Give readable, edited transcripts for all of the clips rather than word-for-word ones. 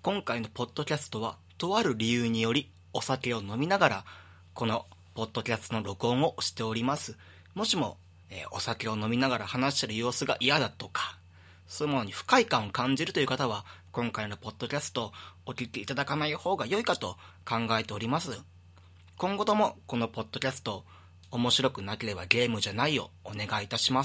今回のポッドキャストはとある理由によりお酒を飲みながらこのポッドキャストの録音をしております。もしも、お酒を飲みながら話している様子が嫌だとか、そういうものに不快感を感じるという方は今回のポッドキャストをお聞きいただかない方が良いかと考えております。今後ともこのポッドキャスト面白くなければゲームじゃないをお願いいたします。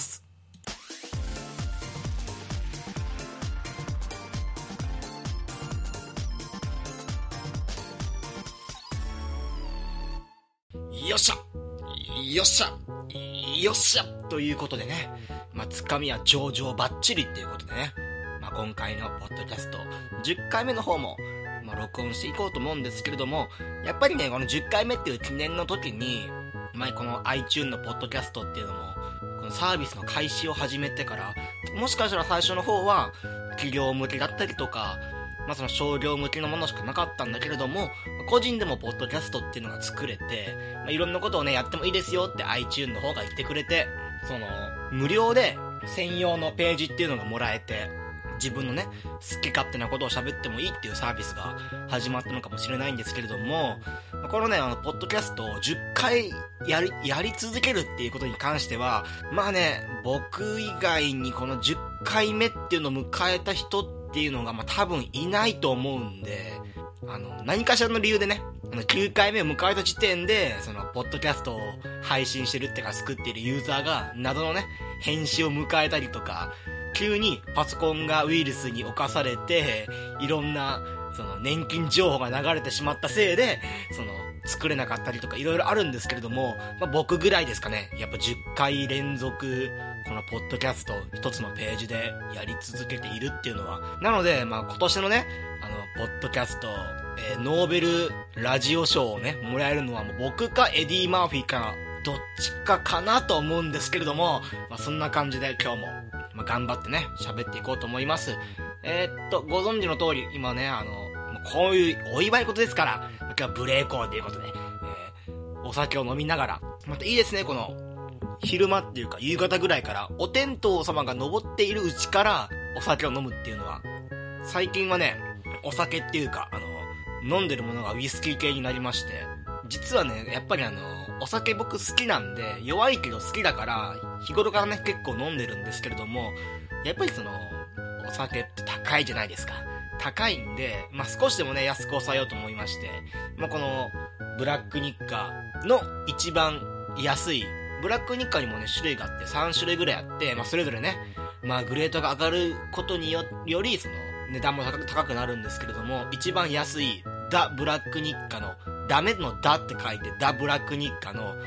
よっしゃよっしゃよっしゃということでね、つかみは上々バッチリっていうことでね、今回のポッドキャスト10回目の方も、録音していこうと思うんですけれども、やっぱりね、この10回目っていう記念の時に、この iTunes のポッドキャストっていうのも、このサービスの開始を始めてから、もしかしたら最初の方は、企業向けだったりとか、その商業向けのものしかなかったんだけれども、個人でもポッドキャストっていうのが作れて、いろんなことをね、やってもいいですよって iTunes の方が言ってくれて、無料で専用のページっていうのがもらえて、自分のね、好き勝手なことを喋ってもいいっていうサービスが始まったのかもしれないんですけれども、このね、ポッドキャストを10回やり続けるっていうことに関しては、僕以外にこの10回目っていうのを迎えた人っていうのが多分いないと思うんで、何かしらの理由でね、9回目を迎えた時点で、ポッドキャストを配信してるってか作っているユーザーが、謎のね、返信を迎えたりとか、急にパソコンがウイルスに侵されて、いろんな、年金情報が流れてしまったせいで、作れなかったりとかいろいろあるんですけれども、僕ぐらいですかね、やっぱ10回連続、このポッドキャスト一つのページでやり続けているっていうのは、なので、今年のね、ポッドキャスト、ノーベルラジオ賞をね、もらえるのはもう僕かエディ・マーフィーか、どっちかかなと思うんですけれども、そんな感じで今日も、頑張ってね、喋っていこうと思います。ご存知の通り、今ね、こういうお祝い事ですから、今日はブレイコーということで、お酒を飲みながら、またいいですね、この、昼間っていうか夕方ぐらいから、お天道様が昇っているうちからお酒を飲むっていうのは、最近はね、お酒っていうか、飲んでるものがウイスキー系になりまして、実はね、やっぱりお酒僕好きなんで、弱いけど好きだから、日頃からね、結構飲んでるんですけれども、やっぱりお酒って高いじゃないですか。高いんで、少しでもね、安く抑えようと思いまして、この、ブラックニッカの一番安い、ブラックニッカにもね、種類があって、3種類ぐらいあって、それぞれね、グレードが上がることにより、値段も高くなるんですけれども、一番安い、ダ・ブラックニッカの、ダメのダって書いて、ダ・ブラックニッカの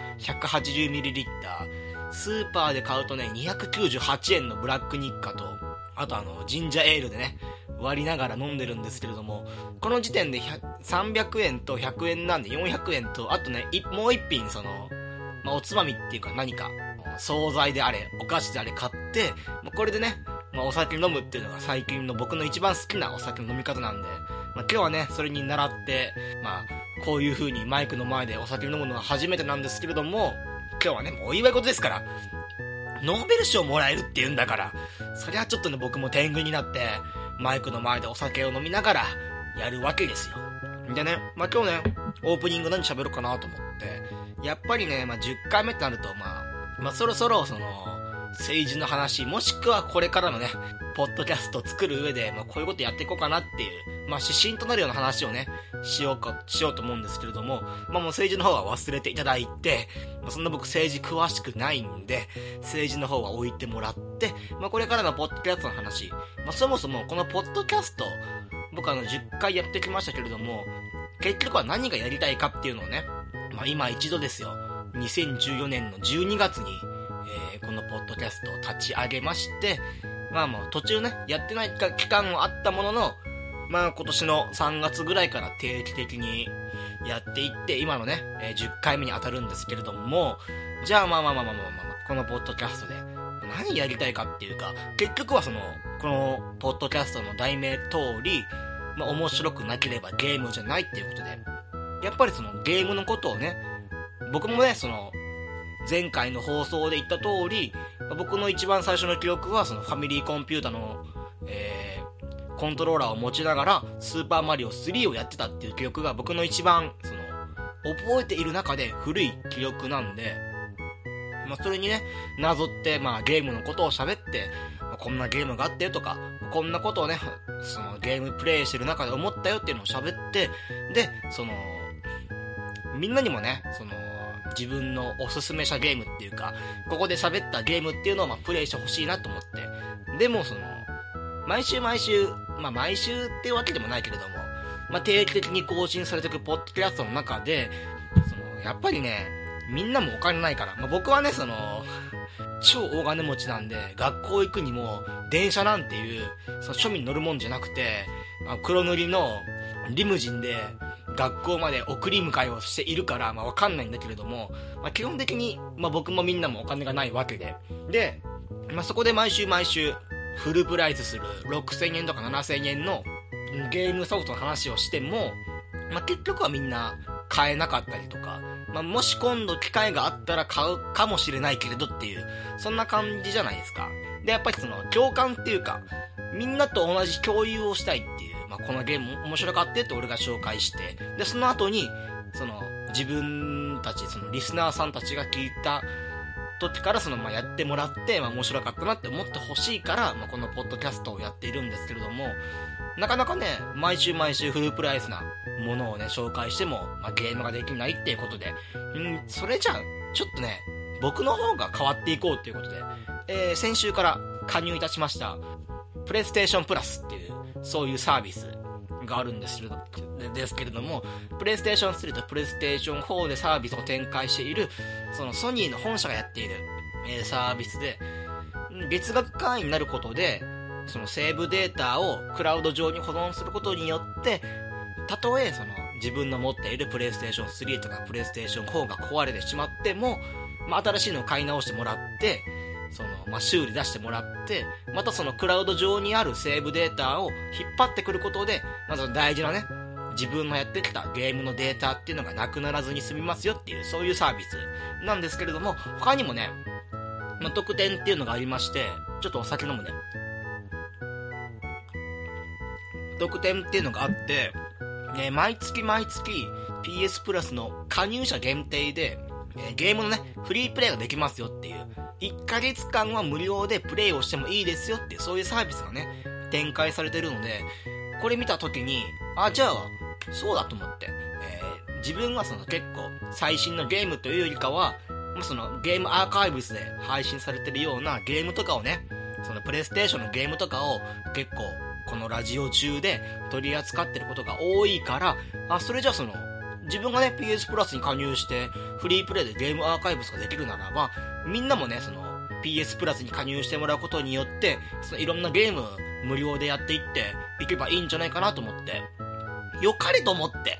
180ml、スーパーで買うとね、298円のブラックニッカと、あとジンジャーエールでね、割りながら飲んでるんですけれども、この時点で300円と100円なんで400円と、あとね、もう一品おつまみっていうか何か、惣菜であれ、お菓子であれ買って、これでね、お酒飲むっていうのが最近の僕の一番好きなお酒の飲み方なんで、今日はね、それに倣って、こういう風にマイクの前でお酒飲むのは初めてなんですけれども、今日はね、もうお祝い事ですから、ノーベル賞もらえるって言うんだから、そりゃちょっとね、僕も天狗になって、マイクの前でお酒を飲みながら、やるわけですよ。でね、今日ね、オープニング何喋ろうかなと思って、やっぱりね、10回目ってなると、そろそろ政治の話、もしくはこれからのね、ポッドキャストを作る上で、こういうことやっていこうかなっていう、指針となるような話をね、しようと思うんですけれども、もう政治の方は忘れていただいて、そんな僕政治詳しくないんで、政治の方は置いてもらって、これからのポッドキャストの話、そもそもこのポッドキャスト、僕10回やってきましたけれども、結局は何がやりたいかっていうのをね、今一度ですよ、2014年の12月に、このポッドキャストを立ち上げまして、もう途中ね、やってない期間もあったものの、今年の3月ぐらいから定期的にやっていって、今のね、10回目に当たるんですけれども、じゃあこのポッドキャストで何やりたいかっていうか、結局はこのポッドキャストの題名通り、面白くなければゲームじゃないっていうことで、やっぱりゲームのことをね、僕もね、前回の放送で言った通り、僕の一番最初の記録はファミリーコンピュータの、 コントローラーを持ちながらスーパーマリオ3をやってたっていう記憶が僕の一番覚えている中で古い記憶なんで、それにねなぞって、ゲームのことを喋って、こんなゲームがあってよとか、こんなことをねそのゲームプレイしてる中で思ったよっていうのを喋って、でみんなにもね自分のおすすめしたゲームっていうか、ここで喋ったゲームっていうのをプレイしてほしいなと思って、でも毎週毎週っていうわけでもないけれども、定期的に更新されていくポッドキャストの中でやっぱりねみんなもお金ないから、僕はね超大金持ちなんで、学校行くにも電車なんていう庶民乗るもんじゃなくて、黒塗りのリムジンで学校まで送り迎えをしているから、わかんないんだけれども、基本的に、僕もみんなもお金がないわけで、そこで毎週毎週フルプライスする6000円とか7000円のゲームソフトの話をしても、結局はみんな買えなかったりとか、もし今度機会があったら買うかもしれないけれどっていう、そんな感じじゃないですか。でやっぱり共感っていうか、みんなと同じ共有をしたいっていう、このゲーム面白かったって俺が紹介して、でその後に自分たちリスナーさんたちが聞いた時からやってもらって、面白かったなって思ってほしいから、このポッドキャストをやっているんですけれども、なかなかね毎週毎週フルプライスなものをね紹介しても、ゲームができないっていうことで、それじゃあちょっとね僕の方が変わっていこうっていうことで、先週から加入いたしましたプレイステーションプラスっていうそういうサービスがあるんですけれども、プレイステーション3とプレイステーション4でサービスを展開しているソニーの本社がやっている、サービスで、月額会員になることでセーブデータをクラウド上に保存することによって、たとえ自分の持っているプレイステーション3とかプレイステーション4が壊れてしまっても、新しいのを買い直してもらって、修理出してもらって、またクラウド上にあるセーブデータを引っ張ってくることで、大事なね自分のやってきたゲームのデータっていうのがなくならずに済みますよっていう、そういうサービスなんですけれども、他にもね、特典っていうのがありまして、ちょっとお酒飲むね。特典っていうのがあって、毎月毎月 PS プラスの加入者限定で、ゲームのねフリープレイができますよっていう、1ヶ月間は無料でプレイをしてもいいですよっていう、そういうサービスがね展開されてるので、これ見た時にじゃあそうだと思って、自分は結構最新のゲームというよりかは、ゲームアーカイブスで配信されてるようなゲームとかをね、プレイステーションのゲームとかを結構このラジオ中で取り扱ってることが多いから、それじゃあ自分がね PS プラスに加入してフリープレイでゲームアーカイブスができるならば、みんなもねPS プラスに加入してもらうことによって、いろんなゲーム無料でやっていっていけばいいんじゃないかなと思って、よかれと思って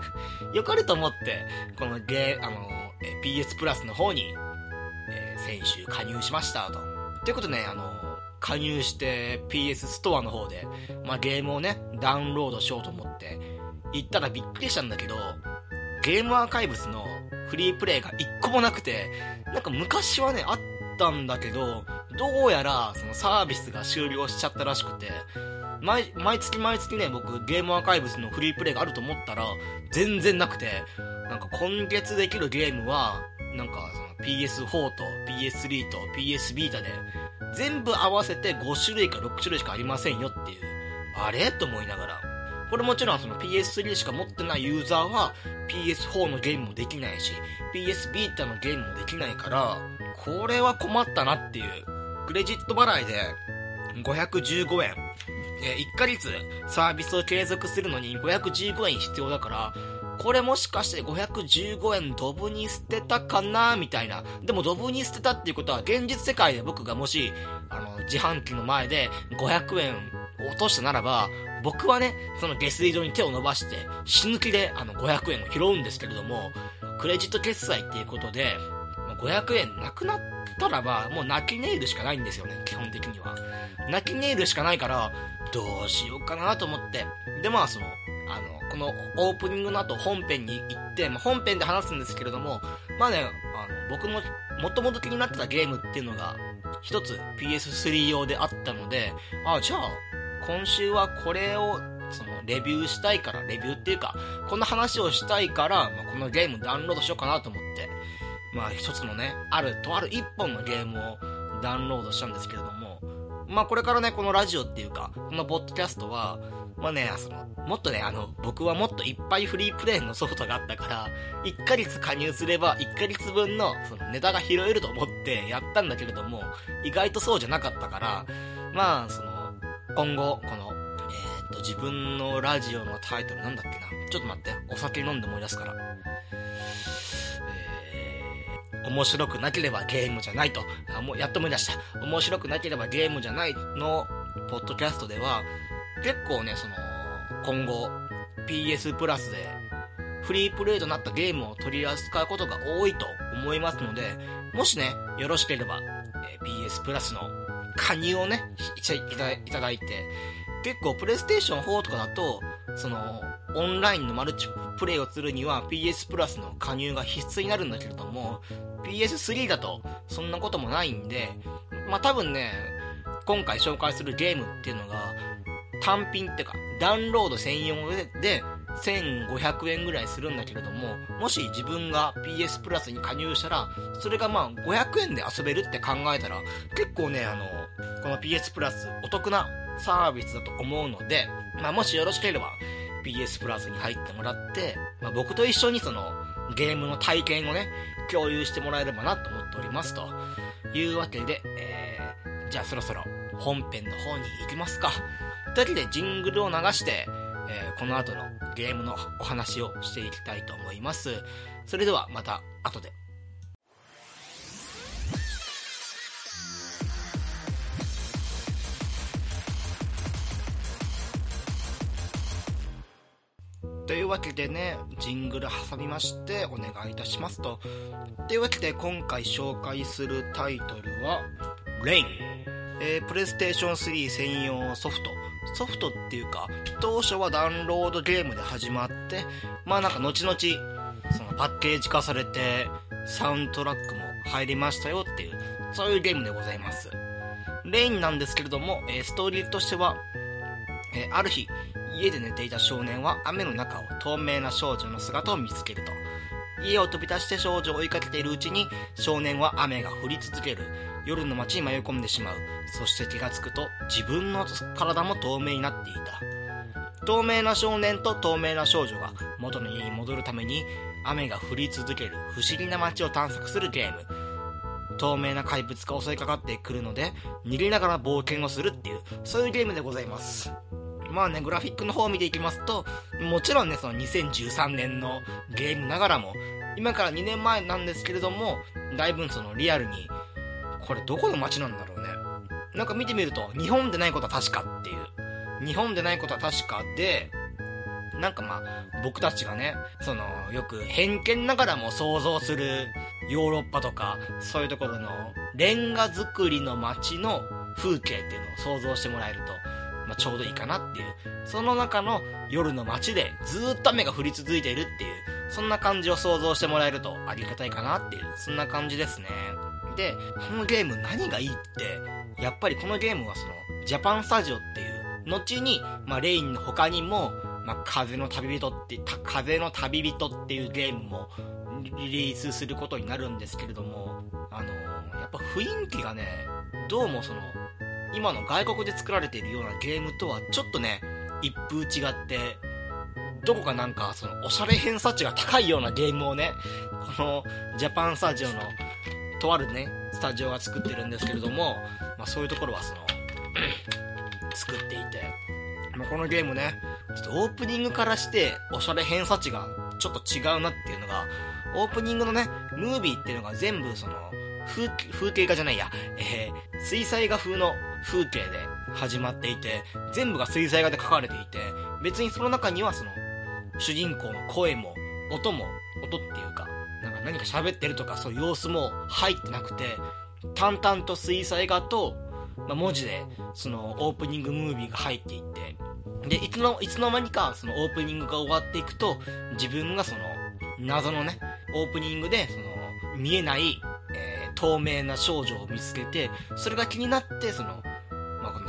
このPS プラスの方に、先週加入しましたということでね、加入して PS ストアの方で、ゲームをねダウンロードしようと思って行ったらびっくりしたんだけど、ゲームアーカイブスのフリープレイが1個もなくて、昔はねあったんだけど、どうやらサービスが終了しちゃったらしくて、毎月毎月ね僕ゲームアーカイブスのフリープレイがあると思ったら全然なくて、今月できるゲームはPS4 と PS3 と PS ビータで全部合わせて5種類か6種類しかありませんよっていう、あれと思いながら、これもちろんPS3 しか持ってないユーザーは PS4 のゲームもできないし PS ビータのゲームもできないから、これは困ったなっていう。クレジット払いで515円、1ヶ月サービスを継続するのに515円必要だから、これもしかして515円ドブに捨てたかなみたいな。でもドブに捨てたっていうことは、現実世界で僕がもし自販機の前で500円落としたならば、僕はね下水道に手を伸ばして死ぬ気で500円を拾うんですけれども、クレジット決済っていうことで500円なくなったらばもう泣きネイルしかないんですよね。基本的には泣きネイルしかないから、どうしようかなと思って、でこのオープニングの後本編に行って、本編で話すんですけれども、僕のもともと気になってたゲームっていうのが一つ PS3 用であったので、じゃあ今週はこれをそのレビューしたいから、レビューっていうかこんな話をしたいから、このゲームダウンロードしようかなと思って、一つのね、とある一本のゲームをダウンロードしたんですけれども、これからね、このラジオっていうかこのポッドキャストはもっとね、僕はもっといっぱいフリープレイのソフトがあったから、1ヶ月加入すれば1ヶ月分のそのネタが拾えると思ってやったんだけれども、意外とそうじゃなかったから、今後、この、自分のラジオのタイトルなんだっけな。ちょっと待って、お酒飲んで思い出すから。面白くなければゲームじゃないと。もうやっと思い出した。面白くなければゲームじゃないのポッドキャストでは、結構ね、今後 PS プラスでフリープレイとなったゲームを取り扱うことが多いと思いますので、もしね、よろしければ、PS プラスの加入をね、いただいて、結構プレイステーション4とかだと、オンラインのマルチプレイをするには PS プラスの加入が必須になるんだけれども、PS3 だとそんなこともないんで、多分ね、今回紹介するゲームっていうのが単品ってかダウンロード専用で1500円ぐらいするんだけれども、もし自分が PS プラスに加入したら、それが500円で遊べるって考えたら、結構ね、この PS プラスお得なサービスだと思うので、もしよろしければ PS プラスに入ってもらって、僕と一緒にそのゲームの体験をね、共有してもらえればなと思っておりますというわけで、じゃあそろそろ本編の方に行きますか。というわけでジングルを流して、この後のゲームのお話をしていきたいと思います。それではまた後で。というわけでね、ジングル挟みましてお願いいたしますと。というわけで今回紹介するタイトルはレイン、プレイステーション3専用ソフトっていうか、当初はダウンロードゲームで始まって、後々そのパッケージ化されてサウンドトラックも入りましたよっていう、そういうゲームでございます。レインなんですけれども、ストーリーとしては、ある日家で寝ていた少年は雨の中を透明な少女の姿を見つけると。家を飛び出して少女を追いかけているうちに、少年は雨が降り続ける夜の街に迷い込んでしまう。そして気がつくと自分の体も透明になっていた。透明な少年と透明な少女が元の家に戻るために、雨が降り続ける不思議な街を探索するゲーム。透明な怪物が襲いかかってくるので逃げながら冒険をするっていう、そういうゲームでございます。グラフィックの方を見ていきますと、もちろんね、その2013年のゲームながらも、今から2年前なんですけれども、だいぶそのリアルに、これどこの街なんだろうね。なんか見てみると、日本でないことは確かっていう。日本でないことは確かで、僕たちがね、よく偏見ながらも想像するヨーロッパとか、そういうところのレンガ造りの街の風景っていうのを想像してもらえると、ちょうどいいかなっていう。その中の夜の街でずーっと雨が降り続いているっていう、そんな感じを想像してもらえるとありがたいかなっていう、そんな感じですね。で、このゲーム何がいいって、やっぱりこのゲームはジャパンスタジオっていう、後に、レインの他にも、風の旅人っていうゲームもリリースすることになるんですけれども、やっぱ雰囲気がね、どうも今の外国で作られているようなゲームとはちょっとね、一風違って、どこかおしゃれ偏差値が高いようなゲームをね、このジャパンスタジオのとあるね、スタジオが作ってるんですけれども、そういうところは作っていて、このゲームね、ちょっとオープニングからしておしゃれ偏差値がちょっと違うなっていうのが、オープニングのね、ムービーっていうのが全部風景画じゃないや、水彩画風の風景で始まっていて、全部が水彩画で描かれていて、別にその中には主人公の声も音っていうか、何か喋ってるとかそういう様子も入ってなくて、淡々と水彩画と、文字でオープニングムービーが入っていって、でいつの間にかオープニングが終わっていくと、自分が謎のねオープニングで見えない透明な少女を見つけて、それが気になってこの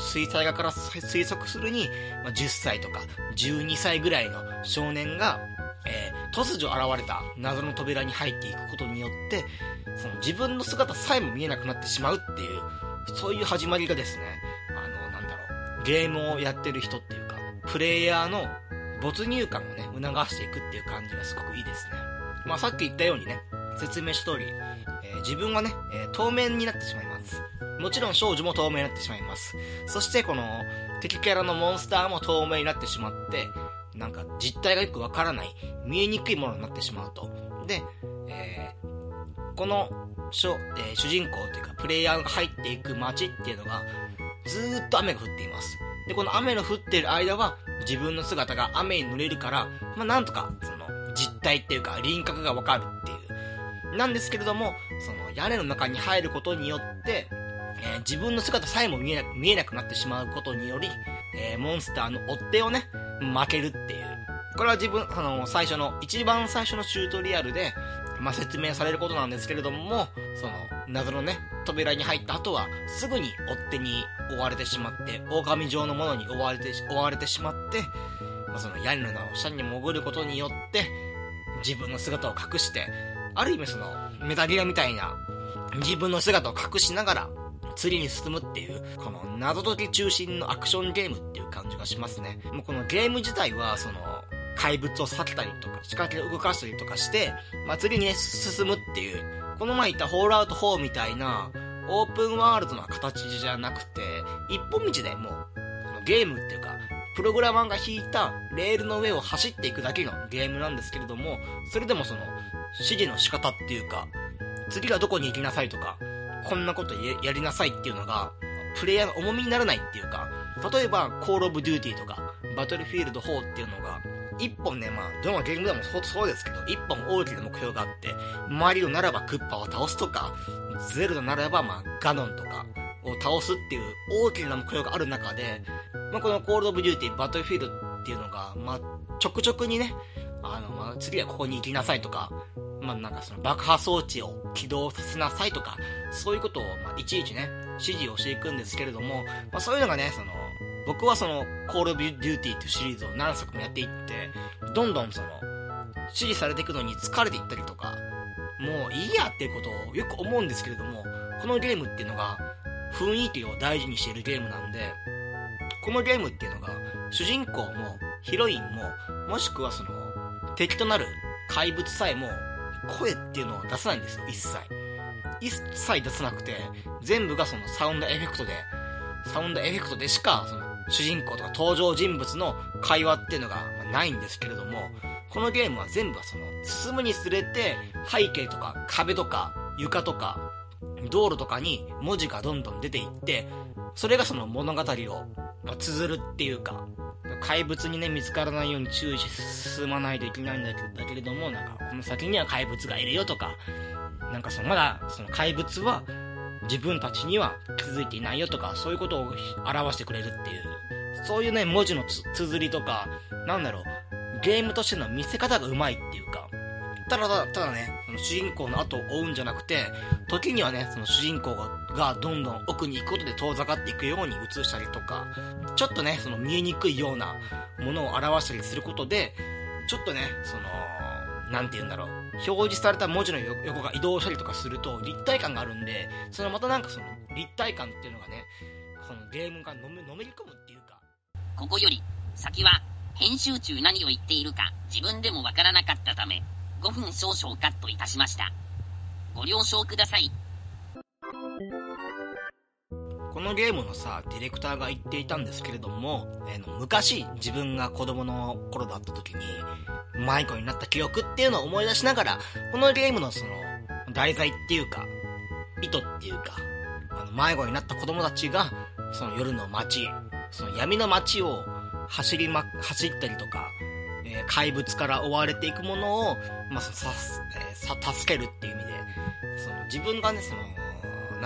水彩画から推測するに、10歳とか12歳ぐらいの少年が、突如現れた謎の扉に入っていくことによって、その自分の姿さえも見えなくなってしまうっていう、そういう始まりがですね、ゲームをやってる人っていうか、プレイヤーの没入感をね、促していくっていう感じがすごくいいですね。さっき言ったようにね、説明した通り、自分はね、透明になってしまいます。もちろん少女も透明になってしまいます。そしてこの敵キャラのモンスターも透明になってしまって、なんか実態がよくわからない、見えにくいものになってしまうと。で、この主人公というかプレイヤーが入っていく街っていうのがずーっと雨が降っています。で、この雨の降っている間は自分の姿が雨に濡れるから、なんとかその実態っていうか輪郭がわかるっていう。なんですけれども、その屋根の中に入ることによって、自分の姿さえも見えなくなってしまうことにより、モンスターの追っ手をね、負けるっていう。これは一番最初のチュートリアルで、説明されることなんですけれども、その謎のね、扉に入った後は、すぐに追っ手に追われてしまって、狼状のものに追われてしまって、その屋根の下に潜ることによって、自分の姿を隠して、ある意味その、メタギラみたいな、自分の姿を隠しながら、釣りに進むっていう、この謎解き中心のアクションゲームっていう感じがしますね。もうこのゲーム自体は、その、怪物を避けたりとか、仕掛けを動かしたりとかして、釣りにね、進むっていう、この前言ったホールアウト4みたいな、オープンワールドな形じゃなくて、一本道でもう、ゲームっていうか、プログラマーが引いたレールの上を走っていくだけのゲームなんですけれども、それでもその、指示の仕方っていうか、次はどこに行きなさいとか、こんなことやりなさいっていうのが、プレイヤーの重みにならないっていうか、例えば、コールオブデューティーとか、バトルフィールド4っていうのが、一本ね、どのゲームでもそうですけど、一本大きな目標があって、マリオならばクッパを倒すとか、ゼルダならばガノンとかを倒すっていう大きな目標がある中で、このコールオブデューティー、バトルフィールドっていうのが、ちょくちょくにね、次はここに行きなさいとか、なんかその爆破装置を起動させなさいとか、そういうことをいちいちね、指示をしていくんですけれども、そういうのがね、その、僕はその、コールオブデューティーっていうシリーズを何作もやっていって、どんどんその、指示されていくのに疲れていったりとか、もういいやっていうことをよく思うんですけれども、このゲームっていうのが、雰囲気を大事にしているゲームなんで、このゲームっていうのが、主人公も、ヒロインも、もしくはその、敵となる怪物さえも、声っていうのを出さないんですよ、一切出さなくて、全部がそのサウンドエフェクトでしか、その、主人公とか登場人物の会話っていうのがないんですけれども、このゲームは全部はその、進むにつれて、背景とか壁とか床とか、道路とかに文字がどんどん出ていって、それがその物語を綴るっていうか、怪物にね、見つからないように注意して進まないといけないんだけれども、なんか、この先には怪物がいるよとか、なんかまだ、その怪物は、自分たちには気づいていないよとか、そういうことを表してくれるっていう、そういうね、文字の綴りとか、ゲームとしての見せ方がうまいっていうか、ただね、その主人公の後を追うんじゃなくて、時にはね、その主人公がどんどん奥に行くことで遠ざかっていくように映したりとか、ちょっとね、その見えにくいようなものを表したりすることで、ちょっとね、その、表示された文字の横が移動したりとかすると立体感があるんで、そのまたなんかその立体感っていうのがね、そのゲームがのめり込むっていうか。 ここより先は編集中何を言っているか自分でもわからなかったため、5分少々カットいたしました。ご了承ください。 このゲームのディレクターが言っていたんですけれども、昔自分が子供の頃だった時に迷子になった記憶っていうのを思い出しながら、このゲームのその題材っていうか意図っていうか、迷子になった子供たちがその夜の街、その闇の街を走ったりとか、怪物から追われていくものを、助けるっていう意味で、その自分がね、その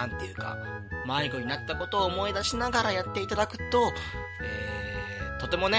迷子になったことを思い出しながらやっていただくと、とてもね、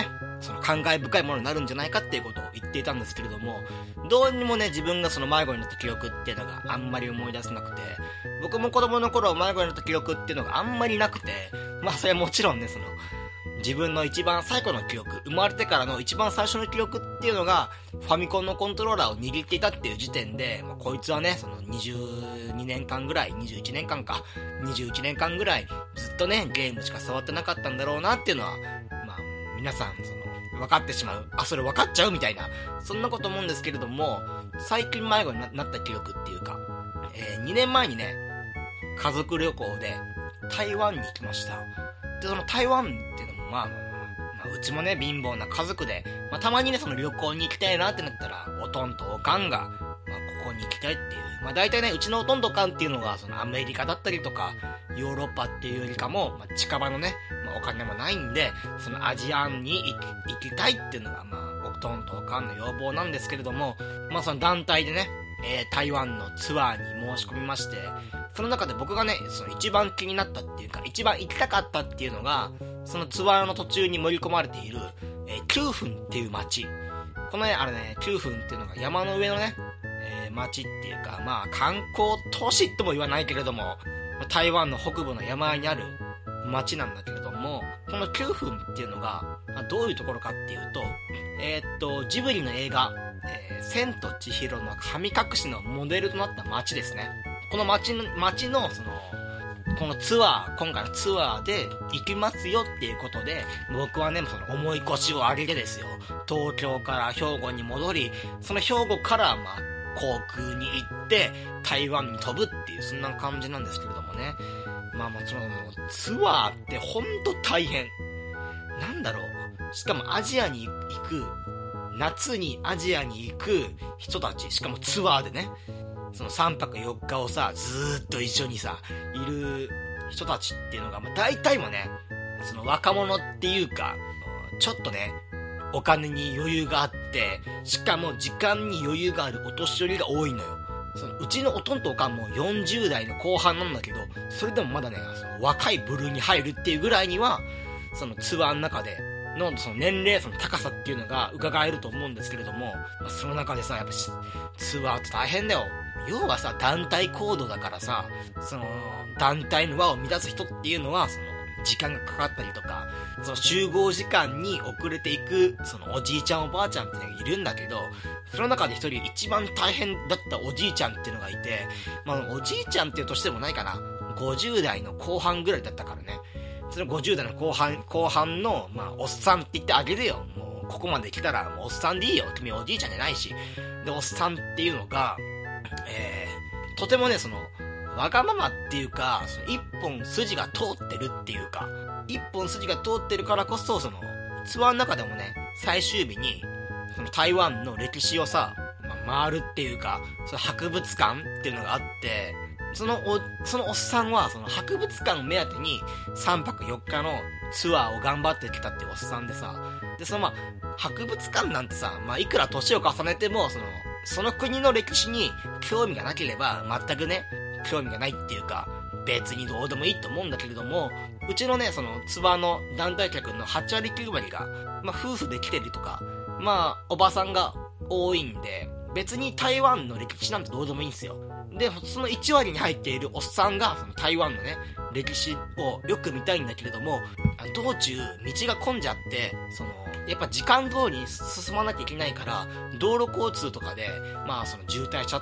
その感慨深いものになるんじゃないかっていうことを言っていたんですけれども、どうにもね、自分がその迷子になった記憶っていうのがあんまり思い出せなくて、僕も子供の頃迷子になった記憶っていうのがあんまりなくて、それはもちろんね、その自分の一番最古の記憶、生まれてからの一番最初の記憶っていうのがファミコンのコントローラーを握っていたっていう時点で、こいつはね、その22年間ぐらい、21年間か、21年間ぐらいずっとね、ゲームしか触ってなかったんだろうなっていうのは、皆さん分かってしまう、それ分かっちゃうみたいな、そんなこと思うんですけれども、最近迷子になった記憶っていうか、2年前にね、家族旅行で台湾に行きました。で、その台湾っていうのもうちもね、貧乏な家族で、たまにね、その旅行に行きたいなってなったら、おとんとおかんが、ここに行きたいっていう、大体ね、うちのおとんとおかんっていうのが、そのアメリカだったりとか、ヨーロッパっていうよりかも、近場のね、お金もないんで、そのアジアンに行きたいっていうのが、おとんとおかんの要望なんですけれども、その団体でね、台湾のツアーに申し込みまして、その中で僕がね、その一番気になったっていうか、一番行きたかったっていうのが、そのツアーの途中に盛り込まれている、9分っていう街。このね、9分っていうのが山の上のね、街っていうか、観光都市とも言わないけれども、台湾の北部の山あいにある街なんだけれども、この9分っていうのが、どういうところかっていうと、ジブリの映画、千と千尋の神隠しのモデルとなった街ですね。この街のこのツアー、今回のツアーで行きますよっていうことで、僕はね、その重い腰を上げてですよ、東京から兵庫に戻り、その兵庫から航空に行って台湾に飛ぶっていう、そんな感じなんですけれどもね。そのツアーってほんと大変なんだろう。しかもアジアに行く、夏にアジアに行く人たち、しかもツアーでね、その3泊4日をさ、ずーっと一緒にさ、いる人たちっていうのが、大体もね、その若者っていうか、ちょっとね、お金に余裕があって、しかも時間に余裕があるお年寄りが多いのよ。そのうちのおとんとおかんも40代の後半なんだけど、それでもまだね、その若い部類に入るっていうぐらいには、そのツアーの中でのその年齢層の高さっていうのが伺えると思うんですけれども、その中でさ、やっぱツアーって大変だよ。要はさ、団体行動だからさ、その団体の輪を乱す人っていうのは、その時間がかかったりとか、その集合時間に遅れていく、そのおじいちゃんおばあちゃんっていうのがいるんだけど、その中で一人一番大変だったおじいちゃんっていうのがいて、おじいちゃんっていう年でもないかな、50代の後半ぐらいだったからね。その50代の後半の、おっさんって言ってあげるよ。もうここまで来たらもうおっさんでいいよ。君おじいちゃんじゃないし。で、おっさんっていうのが、とてもね、そのわがままっていうか、その一本筋が通ってるっていうか、一本筋が通ってるからこそ、そのツアーの中でもね、最終日にその台湾の歴史をさ、回るっていうか、その博物館っていうのがあって、そのおっさんはその博物館を目当てに3泊4日のツアーを頑張ってきたっていうおっさんでさ、でその博物館なんてさ、いくら年を重ねてもその国の歴史に興味がなければ全くね、興味がないっていうか、別にどうでもいいと思うんだけれども、うちのね、そのツアーの団体客の8割9割が、夫婦で来てるとか、おばさんが多いんで、別に台湾の歴史なんてどうでもいいんですよ。で、その1割に入っているおっさんが、その台湾のね、歴史をよく見たいんだけれども、道中、道が混んじゃって、やっぱ時間通りに進まなきゃいけないから、道路交通とかで、渋滞しちゃって、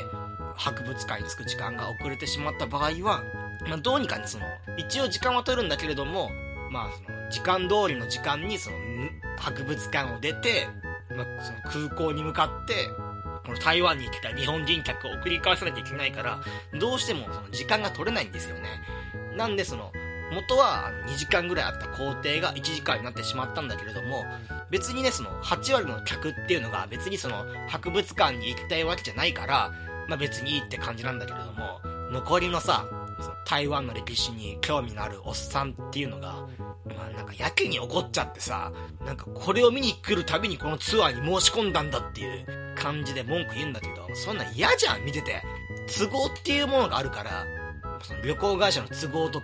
博物館に着く時間が遅れてしまった場合は、どうにかね、一応時間は取るんだけれども、時間通りの時間に博物館を出て、その空港に向かって、この台湾に来た日本人客を送り返さなきゃいけないから、どうしてもその時間が取れないんですよね。なんで元は2時間ぐらいあった工程が1時間になってしまったんだけれども、別にね、8割の客っていうのが別に博物館に行きたいわけじゃないから、別にいいって感じなんだけれども、残りのさ、台湾の歴史に興味のあるおっさんっていうのが、なんかやけに怒っちゃってさ、なんかこれを見に来るたびにこのツアーに申し込んだんだっていう感じで文句言うんだけど、そんな嫌じゃん、見てて。都合っていうものがあるから、その旅行会社の都合とか、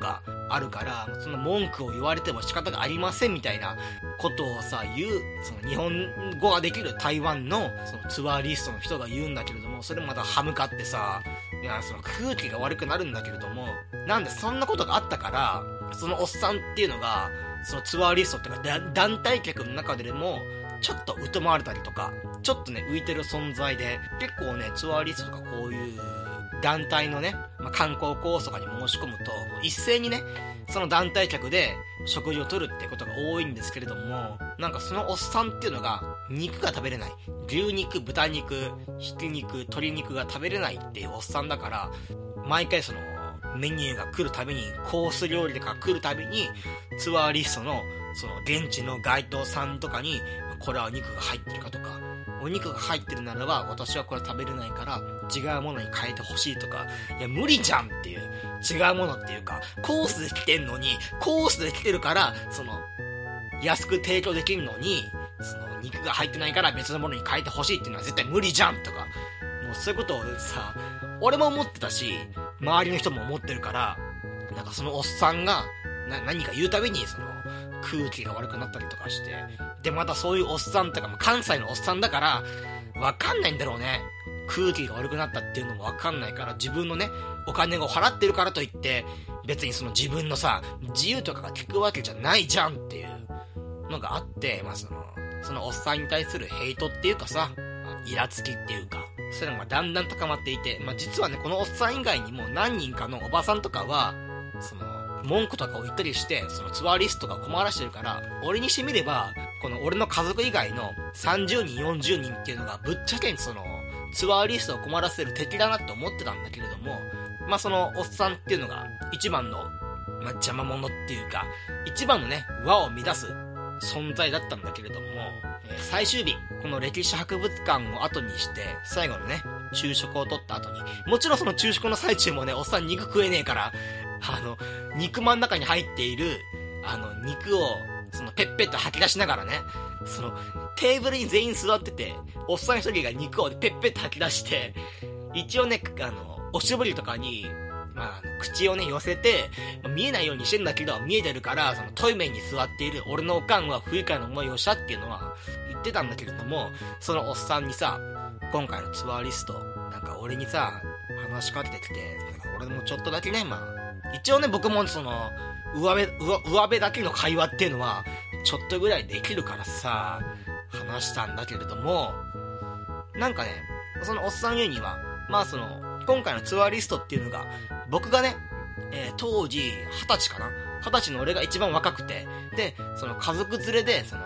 あるから、その文句を言われても仕方がありませんみたいなことをさ、その日本語ができる台湾のそのツアーリストの人が言うんだけれども、それまた歯向かってさ、いや、その空気が悪くなるんだけれども、なんでそんなことがあったから、そのおっさんっていうのが、そのツアーリストっていうか、団体客の中でも、ちょっと疎まれたりとか、ちょっとね、浮いてる存在で、結構ね、ツアーリストとかこういう団体のね、観光コースとかに申し込むと、一斉にね、その団体客で食事を取るってことが多いんですけれども、なんかそのおっさんっていうのが、肉が食べれない。牛肉、豚肉、ひき肉、鶏肉が食べれないっていうおっさんだから、毎回その、メニューが来るたびに、コース料理とか来るたびに、ツアーリストの、その現地のガイドさんとかに、これはお肉が入ってるかとか、お肉が入ってるならば私はこれ食べれないから違うものに変えてほしいとか、いや無理じゃんっていう、違うものっていうか、コースで来てんのに、コースで来てるからその安く提供できるのに、その肉が入ってないから別のものに変えてほしいっていうのは絶対無理じゃんとか、もうそういうことをさ、俺も思ってたし周りの人も思ってるから、なんかそのおっさんが何か言うたびにその空気が悪くなったりとかして、でまたそういうおっさんとか、関西のおっさんだからわかんないんだろうね。空気が悪くなったっていうのもわかんないから、自分のねお金を払ってるからといって別にその自分のさ自由とかが効くわけじゃないじゃんっていうのがあって、そのおっさんに対するヘイトっていうかさ、イラつきっていうか、そういうのがだんだん高まっていて、実はねこのおっさん以外にも何人かのおばさんとかはその文句とかを言ったりして、そのツアーリストが困らしてるから、俺にしてみればこの俺の家族以外の30人40人っていうのがぶっちゃけそのツアーリストを困らせる敵だなって思ってたんだけれども、そのおっさんっていうのが一番の、邪魔者っていうか一番のね輪を乱す存在だったんだけれども、最終日この歴史博物館を後にして最後のね昼食をとった後に、もちろんその昼食の最中もねおっさん肉食えねえから、肉まん中に入っている肉をそのペッペッと吐き出しながらね、そのテーブルに全員座ってて、おっさん一人が肉をペッペッと吐き出して、一応ねおしぼりとかに口をね寄せて、見えないようにしてんだけど見えてるから、そのトイレに座っている俺のおかんは不愉快な思いをしたっていうのは言ってたんだけれども、そのおっさんにさ、今回のツアーリストなんか俺にさ話しかけてきて、俺もちょっとだけね、一応ね僕もその上辺だけの会話っていうのはちょっとぐらいできるからさ話したんだけれども、なんかねそのおっさん言うには、その今回のツアーリストっていうのが僕がね、当時20歳かな、20歳の俺が一番若くて、でその家族連れでその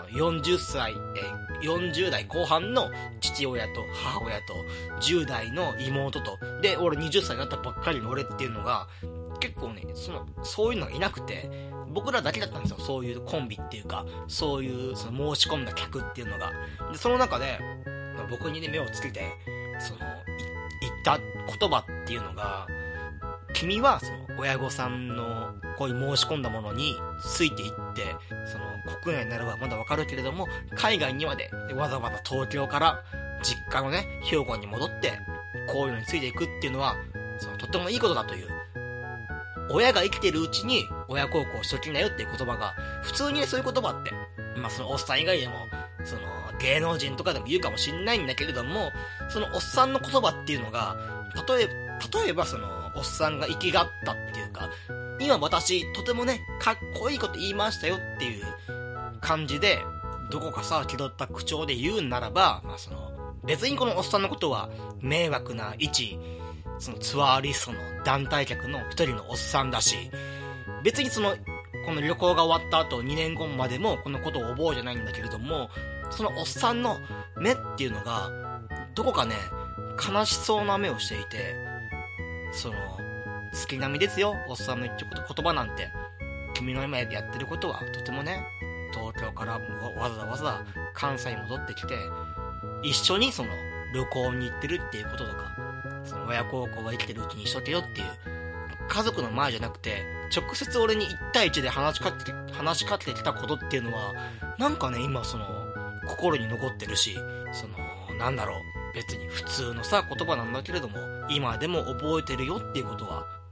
40代後半の父親と母親と10代の妹とで俺20歳になったばっかりの俺っていうのが結構ねそういうのがいなくて、僕らだけだったんですよ、そういうコンビっていうか、そういうその申し込んだ客っていうのが。でその中で僕にね目をつけてその言った言葉っていうのが、君はその親御さんのこういう申し込んだものについていって、その国内ならばまだわかるけれども海外にまでわざわざ東京から実家のね兵庫に戻ってこういうのについていくっていうのはそのとってもいいことだという、親が生きてるうちに親孝行しときなよっていう言葉が、普通にねそういう言葉ってそのおっさん以外でもその芸能人とかでも言うかもしんないんだけれども、そのおっさんの言葉っていうのが例えばそのおっさんが生きがったっていうか、今私とてもねかっこいいこと言いましたよっていう感じでどこかさ気取った口調で言うんならば、その別にこのおっさんのことは迷惑なそのツアーリストの団体客の一人のおっさんだし、別にこの旅行が終わった後2年後までもこのことを覚えじゃないんだけれども、そのおっさんの目っていうのがどこかね悲しそうな目をしていて、その月並みですよおっさんの言ってる言葉なんて、君の今やってることはとてもね、東京からわざわざ関西に戻ってきて一緒にその旅行に行ってるっていうこととか、その親孝行は生きてるうちにしとけよっていう、家族の前じゃなくて直接俺に1対1で話しかけてきたことっていうのはなんかね今その心に残ってるし、その別に普通のさ言葉なんだけれども今でも覚えてるよっていうことは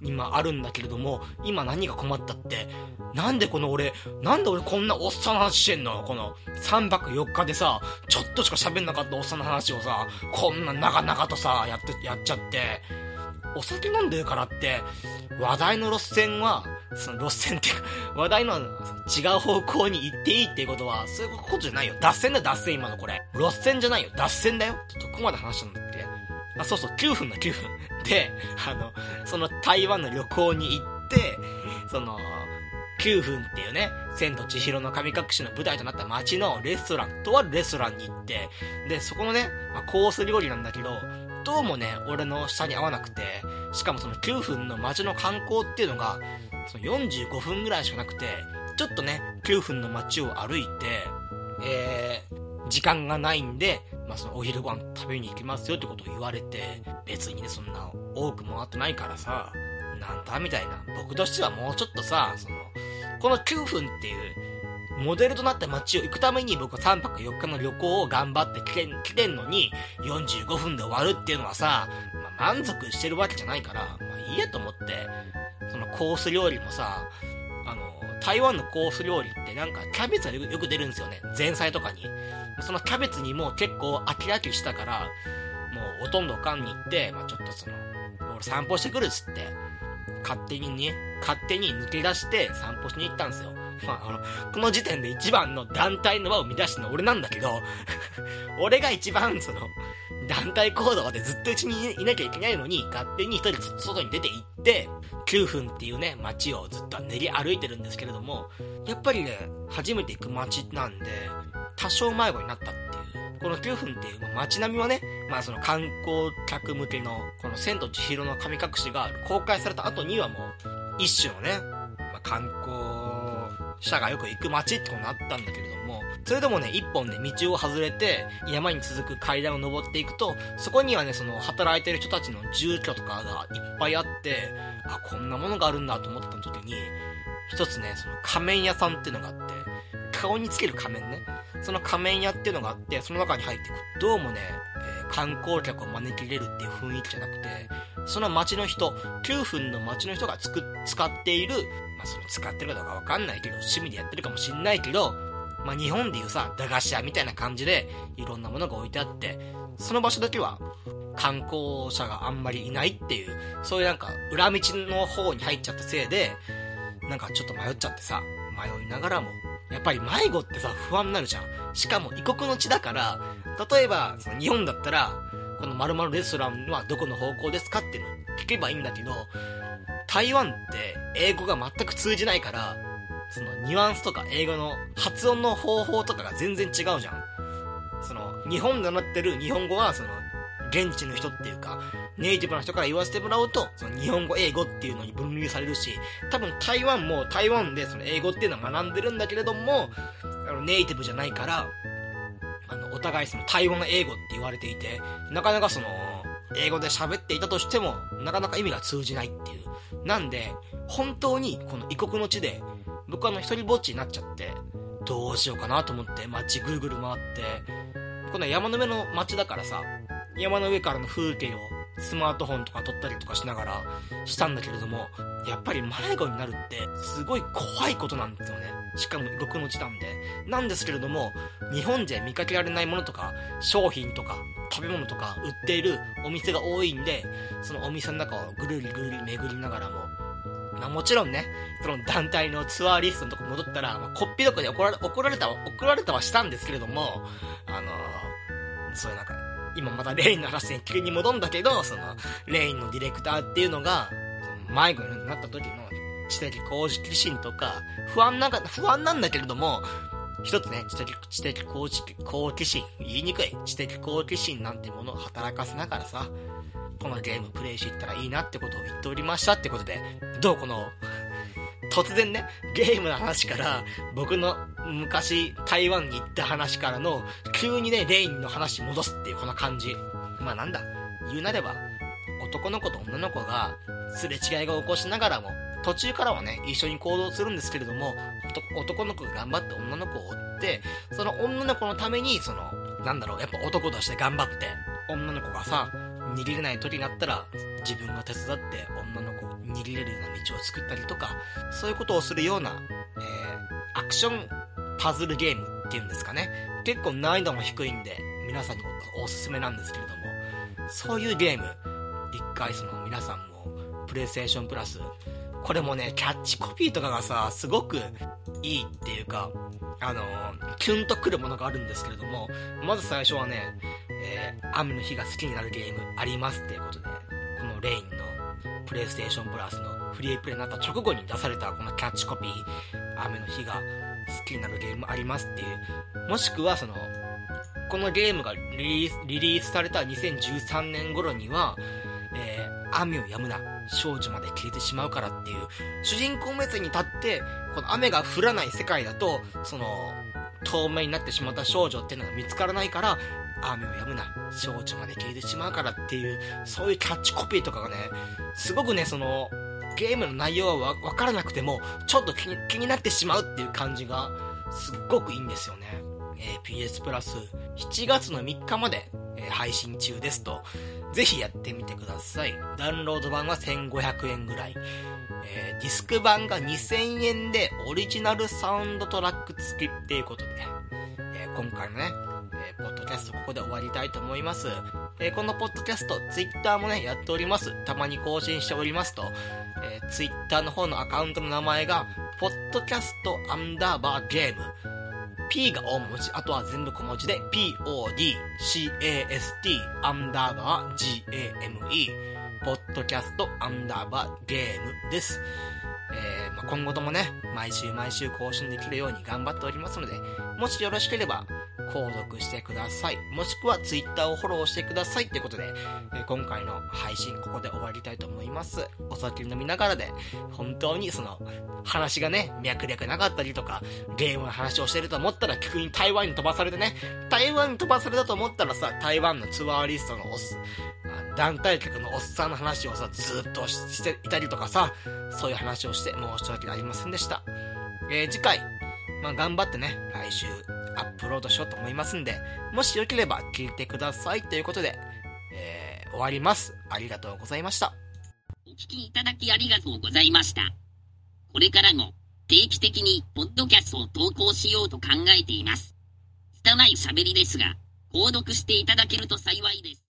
今あるんだけれども、今何が困ったって、なんで俺こんなおっさんの話してんの？この3泊4日でさ、ちょっとしか喋んなかったおっさんの話をさ、こんな長々とさ、やっちゃって、お酒飲んでるからって、話題の路線は、その路線っていうか、話題の違う方向に行っていいっていうことは、そういうことじゃないよ。脱線だよ、脱線今のこれ。路線じゃないよ、脱線だよ。ちょっとここまで話したんだって。あ、そうそう、9分。で、その台湾の旅行に行って、その、9分っていうね、千と千尋の神隠しの舞台となった街のとあるレストランに行って、で、そこのね、コース料理なんだけど、どうもね、俺の舌に合わなくて、しかもその9分の街の観光っていうのが、その45分ぐらいしかなくて、ちょっとね、9分の街を歩いて、時間がないんで、そのお昼ご飯食べに行きますよってことを言われて、別にね、そんな多く回ってないからさ、なんだみたいな。僕としてはもうちょっとさ、この9分っていうモデルとなった街を行くために僕は3泊4日の旅行を頑張って来てんのに、45分で終わるっていうのはさ、満足してるわけじゃないから、いいやと思って、そのコース料理もさ、台湾のコース料理ってなんかキャベツがよく出るんですよね。前菜とかに。そのキャベツにも結構飽きしたから、もうほとんど缶に行って、ちょっと俺散歩してくるっつって、勝手に抜け出して散歩しに行ったんですよ。この時点で一番の団体の輪を乱したの俺なんだけど、俺が一番団体行動でずっとうちにいなきゃいけないのに、勝手に一人外に出て行って、9分っていうね、街をずっと練り歩いてるんですけれども、やっぱりね、初めて行く街なんで、多少迷子になったっていう。この9分っていう街並みはね、その観光客向けの、この千と千尋の神隠しが公開された後にはもう、一種のね、観光者がよく行く街ってことになったんだけれども、それでもね、一本ね、道を外れて、山に続く階段を登っていくと、そこにはね、その、働いてる人たちの住居とかがいっぱいあって、こんなものがあるんだと思った時に、一つね、その仮面屋さんっていうのがあって、顔につける仮面ね。その仮面屋っていうのがあって、その中に入っていく。どうもね、観光客を招き入れるっていう雰囲気じゃなくて、その街の人、9分の街の人が使っている、使ってるかどうかわかんないけど、趣味でやってるかもしんないけど、日本でいうさ、駄菓子屋みたいな感じで、いろんなものが置いてあって、その場所だけは、観光者があんまりいないっていう、そういうなんか、裏道の方に入っちゃったせいで、なんかちょっと迷っちゃってさ、迷いながらも、やっぱり迷子ってさ、不安になるじゃん。しかも異国の地だから、例えば、日本だったら、この〇〇レストランはどこの方向ですかっていうのを聞けばいいんだけど、台湾って英語が全く通じないから、そのニュアンスとか英語の発音の方法とかが全然違うじゃん。日本でなってる日本語は現地の人っていうか、ネイティブな人から言わせてもらうと、日本語、英語っていうのに分類されるし、多分台湾も台湾で英語っていうのは学んでるんだけれども、ネイティブじゃないから、お互い台湾英語って言われていて、なかなか英語で喋っていたとしても、なかなか意味が通じないっていう。なんで、本当にこの異国の地で、僕は一人ぼっちになっちゃって、どうしようかなと思って街ぐるぐる回って、この山の上の街だからさ、山の上からの風景をスマートフォンとか撮ったりとかしながらしたんだけれども、やっぱり迷子になるってすごい怖いことなんですよね。しかも異国の地なんですけれども、日本じゃ見かけられないものとか商品とか食べ物とか売っているお店が多いんで、そのお店の中をぐるりぐるり巡りながらも、もちろんね、その団体のツアーリストのとこ戻ったら、こっぴどくに怒られたはしたんですけれども、そういうなんか、今またレインの話に急に戻んだけど、レインのディレクターっていうのが、迷子になった時の知的好奇心とか、不安なんだけれども、一つね、知的好奇心、言いにくい、知的好奇心なんてものを働かせながらさ、このゲームプレイしていったらいいなってことを言っておりましたってことで、突然ね、ゲームの話から、僕の昔台湾に行った話からの、急にね、レインの話に戻すっていうこの感じ。なんだ、言うなれば、男の子と女の子が、すれ違いが起こしながらも、途中からはね、一緒に行動するんですけれども、男の子が頑張って女の子を追って、その女の子のために、やっぱ男として頑張って、女の子がさ、逃げれない時になったら、自分が手伝って女の子を逃逃げれるような道を作ったりとか、そういうことをするような、アクションパズルゲームっていうんですかね。結構難易度も低いんで皆さんにおすすめなんですけれども、そういうゲーム一回皆さんもプレイステーションプラス、これもねキャッチコピーとかがさすごくいいっていうか、キュンとくるものがあるんですけれども、まず最初はね、雨の日が好きになるゲームありますっていうことで、このレインのプレイステーションプラスのフリープレイになった直後に出されたこのキャッチコピー、雨の日が好きになるゲームありますっていう、もしくはこのゲームがリリースされた2013年頃には、雨を止むな少女まで消えてしまうからっていう主人公目線に立って、この雨が降らない世界だと透明になってしまった少女っていうのが見つからないから、雨を止むな少女まで消えてしまうからっていう、そういうキャッチコピーとかがねすごくねゲームの内容は分からなくてもちょっと気になってしまうっていう感じがすっごくいいんですよね。PS プラス7月の3日まで、配信中ですと、ぜひやってみてください。ダウンロード版は1500円ぐらい、ディスク版が2000円でオリジナルサウンドトラック付きっていうことで、今回のね、ポッドキャストここで終わりたいと思います。このポッドキャスト Twitter もねやっております。たまに更新しておりますと、Twitter の方のアカウントの名前がポッドキャスト_ゲーム、P が大文字、あとは全部小文字で PODCAST_GAME ポッドキャスト_ゲームです。今後ともね毎週更新できるように頑張っておりますので、もしよろしければ購読してください。もしくは Twitter をフォローしてくださいってことで、今回の配信ここで終わりたいと思います。お酒飲みながらで、本当に話がね脈略なかったりとか、ゲームの話をしてると思ったら急に台湾に飛ばされてね、台湾に飛ばされたと思ったらさ、台湾のツアーリストの団体客のおっさんの話をさずっとしていたりとかさ、そういう話をして申し訳ありませんでした。次回頑張ってね来週アップロードしようと思いますんで、もしよければ聞いてくださいということで、終わります。ありがとうございました。 お聞きいただきありがとうございました。これからも定期的にポッドキャストを投稿しようと考えています。拙い喋りですが、購読していただけると幸いです。